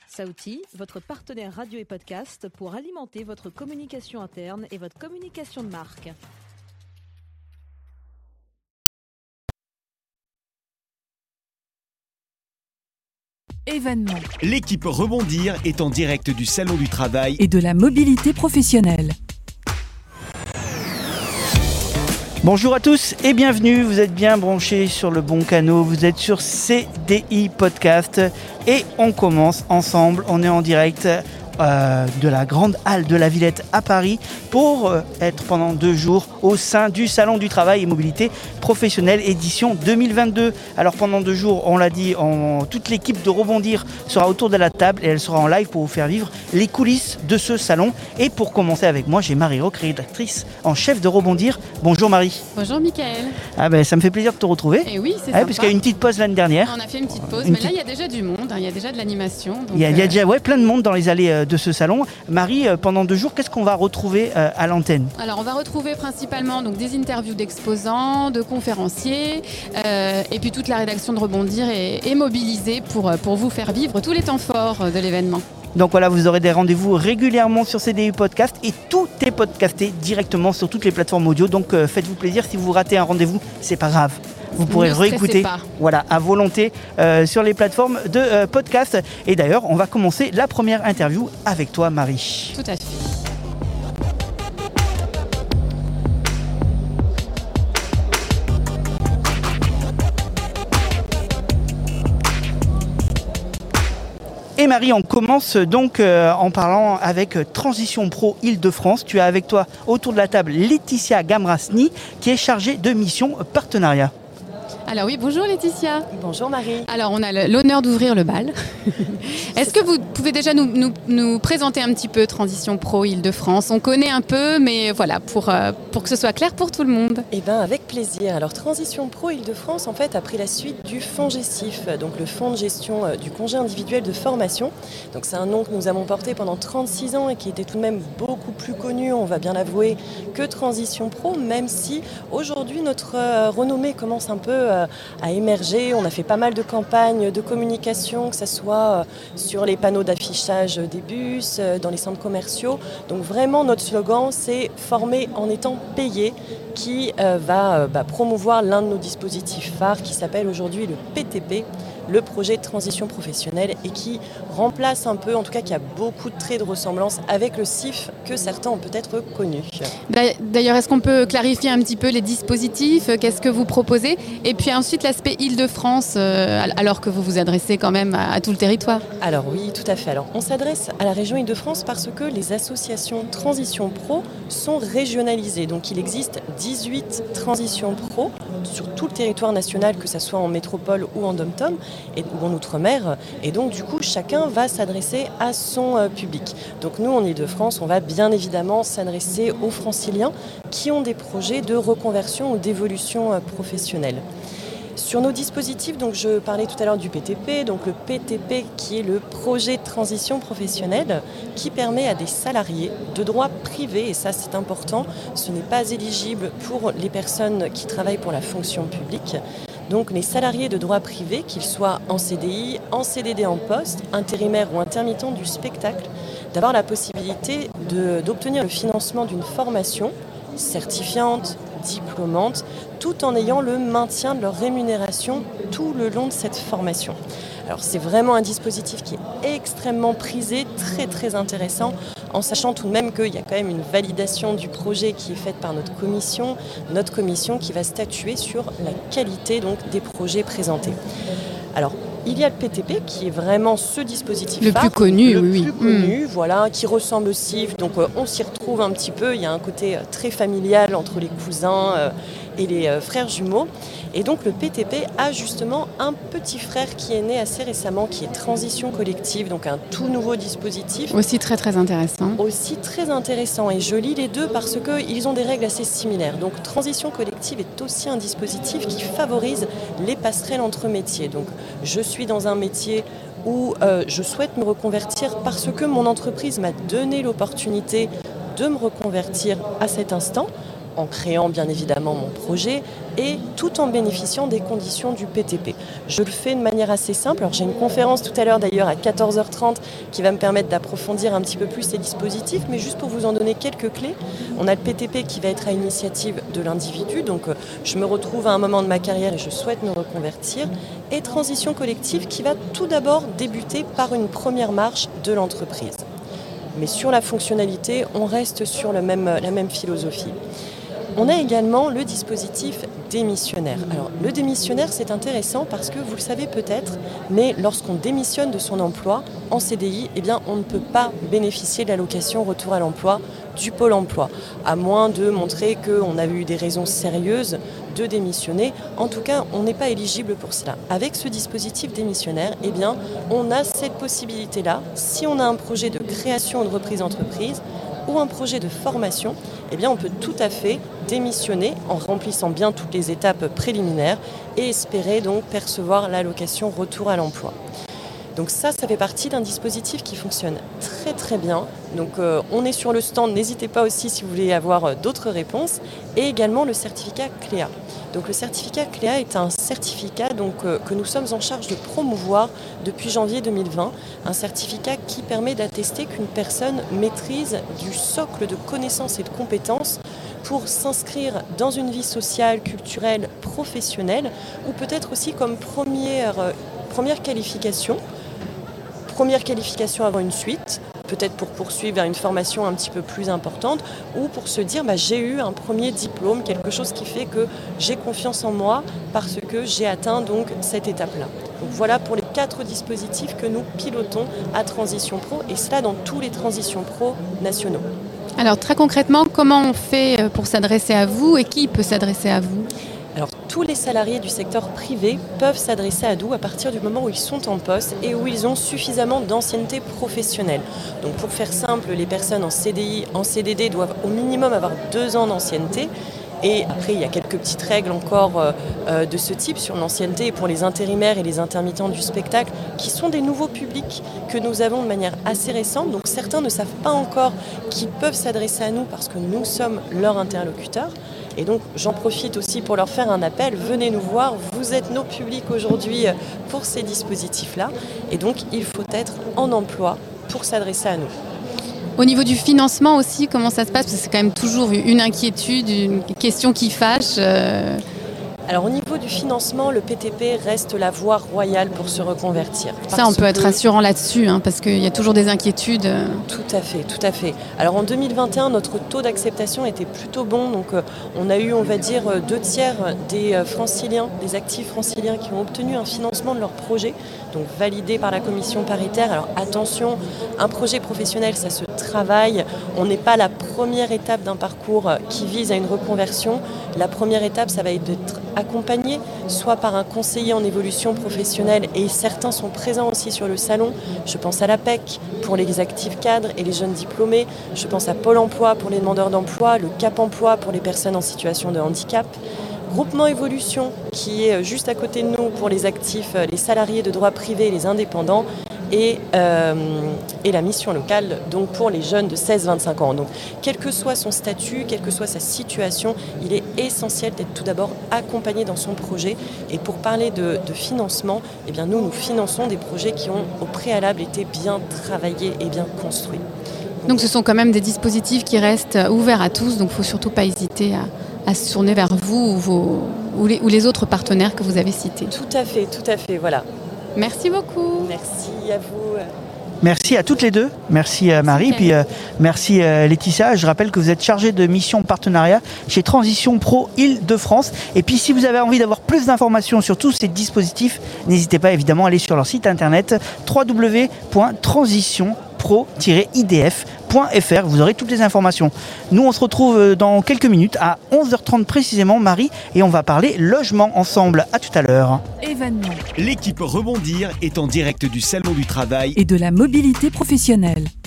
Saouti, votre partenaire radio et podcast pour alimenter votre communication interne et votre communication de marque. Événement. L'équipe Rebondir est en direct du Salon du Travail Et de la mobilité professionnelle. Bonjour à tous et bienvenue, vous êtes bien branchés sur le bon canal, vous êtes sur CDI Podcast et on commence ensemble, on est en direct de la grande halle de la Villette à Paris pour être pendant 2 jours au sein du Salon du Travail et Mobilité Professionnelle édition 2022. Alors pendant 2 jours, on l'a dit, toute l'équipe de Rebondir sera autour de la table et elle sera en live pour vous faire vivre les coulisses de ce salon. Et pour commencer avec moi, j'ai Marie Roch, rédactrice en chef de Rebondir. Bonjour Marie. Bonjour Mickaël. Ça me fait plaisir de te retrouver. Et oui, c'est sympa. Puisqu'il y a eu une petite pause l'année dernière. On a fait une petite pause, mais là il y a déjà du monde, il y a déjà de l'animation. Il y a déjà plein de monde dans les allées de ce salon. Marie, pendant 2 jours, qu'est-ce qu'on va retrouver à l'antenne ? Alors on va retrouver principalement donc, des interviews d'exposants, de conférenciers, et puis toute la rédaction de Rebondir est mobilisée pour vous faire vivre tous les temps forts de l'événement. Donc voilà, vous aurez des rendez-vous régulièrement sur CDI Podcast et tout est podcasté directement sur toutes les plateformes audio. Donc faites-vous plaisir, si vous ratez un rendez-vous, c'est pas grave. Vous pourrez réécouter à volonté sur les plateformes de podcast. Et d'ailleurs, on va commencer la première interview avec toi, Marie. Tout à fait. Et Marie, on commence donc en parlant avec Transition Pro Île-de-France. Tu as avec toi autour de la table Laetitia Gamrasny qui est chargée de mission partenariat. Alors oui, bonjour Laetitia. Bonjour Marie. Alors on a l'honneur d'ouvrir le bal. Est-ce que vous pouvez déjà nous présenter un petit peu Transition Pro Île-de-France ? On connaît un peu, mais voilà, pour que ce soit clair pour tout le monde. Eh bien, avec plaisir. Alors Transition Pro Île-de-France, en fait, a pris la suite du FONGESIF, donc le Fonds de gestion du congé individuel de formation. Donc c'est un nom que nous avons porté pendant 36 ans et qui était tout de même beaucoup plus connu, on va bien l'avouer, que Transition Pro, même si aujourd'hui notre renommée commence un peu à émerger. On a fait pas mal de campagnes de communication, que ce soit sur les panneaux d'affichage des bus, dans les centres commerciaux. Donc vraiment, notre slogan, c'est « Former en étant payé », qui va promouvoir l'un de nos dispositifs phares qui s'appelle aujourd'hui le PTP, le projet de transition professionnelle, et qui remplace un peu, en tout cas qui a beaucoup de traits de ressemblance avec le CIF que certains ont peut-être connu. D'ailleurs, est-ce qu'on peut clarifier un petit peu les dispositifs ? Qu'est-ce que vous proposez ? Et puis ensuite l'aspect Île-de-France, alors que vous vous adressez quand même à tout le territoire. Alors oui, tout à fait. Alors on s'adresse à la région Île-de-France parce que les associations Transition Pro sont régionalisées. Donc il existe 18 Transition Pro sur tout le territoire national, que ce soit en métropole ou en dom-tom, ou en outre-mer, et donc du coup chacun va s'adresser à son public. Donc nous en Île-de-France, on va bien évidemment s'adresser aux franciliens qui ont des projets de reconversion ou d'évolution professionnelle. Sur nos dispositifs, donc je parlais tout à l'heure du PTP, donc le PTP qui est le projet de transition professionnelle qui permet à des salariés de droit privé, et ça c'est important, ce n'est pas éligible pour les personnes qui travaillent pour la fonction publique. Donc les salariés de droit privé, qu'ils soient en CDI, en CDD en poste, intérimaires ou intermittents du spectacle, d'avoir la possibilité d'obtenir le financement d'une formation certifiante, diplômante, tout en ayant le maintien de leur rémunération tout le long de cette formation. Alors c'est vraiment un dispositif qui est extrêmement prisé, très très intéressant, en sachant tout de même qu'il y a quand même une validation du projet qui est faite par notre commission qui va statuer sur la qualité donc, des projets présentés. Alors, il y a le PTP qui est vraiment ce dispositif le plus connu, voilà, qui ressemble au CIF, donc on s'y retrouve un petit peu, il y a un côté très familial entre les cousins et les frères jumeaux. Et donc le PTP a justement un petit frère qui est né assez récemment, qui est Transition Collective, donc un tout nouveau dispositif. Aussi très très intéressant. Aussi très intéressant, et je lis les deux parce qu'ils ont des règles assez similaires. Donc Transition Collective est aussi un dispositif qui favorise les passerelles entre métiers. Donc je suis dans un métier où je souhaite me reconvertir parce que mon entreprise m'a donné l'opportunité de me reconvertir à cet instant. en créant bien évidemment mon projet et tout en bénéficiant des conditions du PTP. Je le fais de manière assez simple. Alors j'ai une conférence tout à l'heure d'ailleurs à 14h30 qui va me permettre d'approfondir un petit peu plus ces dispositifs, mais juste pour vous en donner quelques clés. On a le PTP qui va être à initiative de l'individu, donc je me retrouve à un moment de ma carrière et je souhaite me reconvertir, et transition collective qui va tout d'abord débuter par une première marche de l'entreprise. Mais sur la fonctionnalité, on reste sur la même philosophie. On a également le dispositif démissionnaire. Alors, le démissionnaire, c'est intéressant parce que vous le savez peut-être, mais lorsqu'on démissionne de son emploi en CDI, eh bien, on ne peut pas bénéficier de l'allocation retour à l'emploi du Pôle emploi, à moins de montrer qu'on a eu des raisons sérieuses de démissionner. En tout cas, on n'est pas éligible pour cela. Avec ce dispositif démissionnaire, eh bien, on a cette possibilité-là. Si on a un projet de création ou de reprise d'entreprise ou un projet de formation, eh bien, on peut tout à fait démissionner en remplissant bien toutes les étapes préliminaires et espérer donc percevoir l'allocation retour à l'emploi. Donc ça fait partie d'un dispositif qui fonctionne très très bien. Donc on est sur le stand, n'hésitez pas aussi si vous voulez avoir d'autres réponses. Et également le certificat CLEA. Donc le certificat CLEA est un certificat que nous sommes en charge de promouvoir depuis janvier 2020. Un certificat qui permet d'attester qu'une personne maîtrise du socle de connaissances et de compétences pour s'inscrire dans une vie sociale, culturelle, professionnelle, ou peut-être aussi comme première qualification. Première qualification avant une suite, peut-être pour poursuivre vers une formation un petit peu plus importante, ou pour se dire j'ai eu un premier diplôme, quelque chose qui fait que j'ai confiance en moi parce que j'ai atteint donc cette étape-là. Donc voilà pour les 4 dispositifs que nous pilotons à Transition Pro, et cela dans tous les Transitions Pro nationaux. Alors très concrètement, comment on fait pour s'adresser à vous et qui peut s'adresser à vous ? Alors, tous les salariés du secteur privé peuvent s'adresser à nous à partir du moment où ils sont en poste et où ils ont suffisamment d'ancienneté professionnelle. Donc, pour faire simple, les personnes en CDI, en CDD doivent au minimum avoir 2 ans d'ancienneté. Et après, il y a quelques petites règles encore de ce type sur l'ancienneté et pour les intérimaires et les intermittents du spectacle, qui sont des nouveaux publics que nous avons de manière assez récente. Donc certains ne savent pas encore qu'ils peuvent s'adresser à nous parce que nous sommes leurs interlocuteurs. Et donc j'en profite aussi pour leur faire un appel. Venez nous voir, vous êtes nos publics aujourd'hui pour ces dispositifs-là. Et donc il faut être en emploi pour s'adresser à nous. Au niveau du financement aussi, comment ça se passe ? Parce que c'est quand même toujours une inquiétude, une question qui fâche. Alors au niveau du financement, le PTP reste la voie royale pour se reconvertir. Ça, on peut être rassurant là-dessus, parce qu'il y a toujours des inquiétudes. Tout à fait. Alors en 2021, notre taux d'acceptation était plutôt bon. Donc on a eu, on va dire, 2/3 des franciliens, des actifs franciliens qui ont obtenu un financement de leur projet, donc validé par la commission paritaire. Alors attention, un projet professionnel, ça se travaille. On n'est pas la première étape d'un parcours qui vise à une reconversion. La première étape, ça va être d'être accompagné, soit par un conseiller en évolution professionnelle, et certains sont présents aussi sur le salon. Je pense à l'APEC pour les actifs cadres et les jeunes diplômés. Je pense à Pôle emploi pour les demandeurs d'emploi, le Cap emploi pour les personnes en situation de handicap. Groupement Évolution qui est juste à côté de nous pour les actifs, les salariés de droit privé et les indépendants. Et la mission locale donc pour les jeunes de 16-25 ans. Donc, quel que soit son statut, quelle que soit sa situation, il est essentiel d'être tout d'abord accompagné dans son projet. Et pour parler de financement, eh bien nous finançons des projets qui ont au préalable été bien travaillés et bien construits. Donc ce sont quand même des dispositifs qui restent ouverts à tous, donc il ne faut surtout pas hésiter à se tourner vers vous ou les autres partenaires que vous avez cités. Tout à fait, voilà. Merci beaucoup. Merci à vous. Merci à toutes les deux. Merci Marie, puis merci Laetitia. Je rappelle que vous êtes chargée de mission partenariat chez Transition Pro Île-de-France. Et puis si vous avez envie d'avoir plus d'informations sur tous ces dispositifs, n'hésitez pas évidemment à aller sur leur site internet www.transitionpro-idf.fr. Vous aurez toutes les informations. Nous, on se retrouve dans quelques minutes à 11h30 précisément, Marie, et on va parler logement ensemble. À tout à l'heure. Événement L'équipe Rebondir est en direct du Salon du Travail et de la mobilité professionnelle.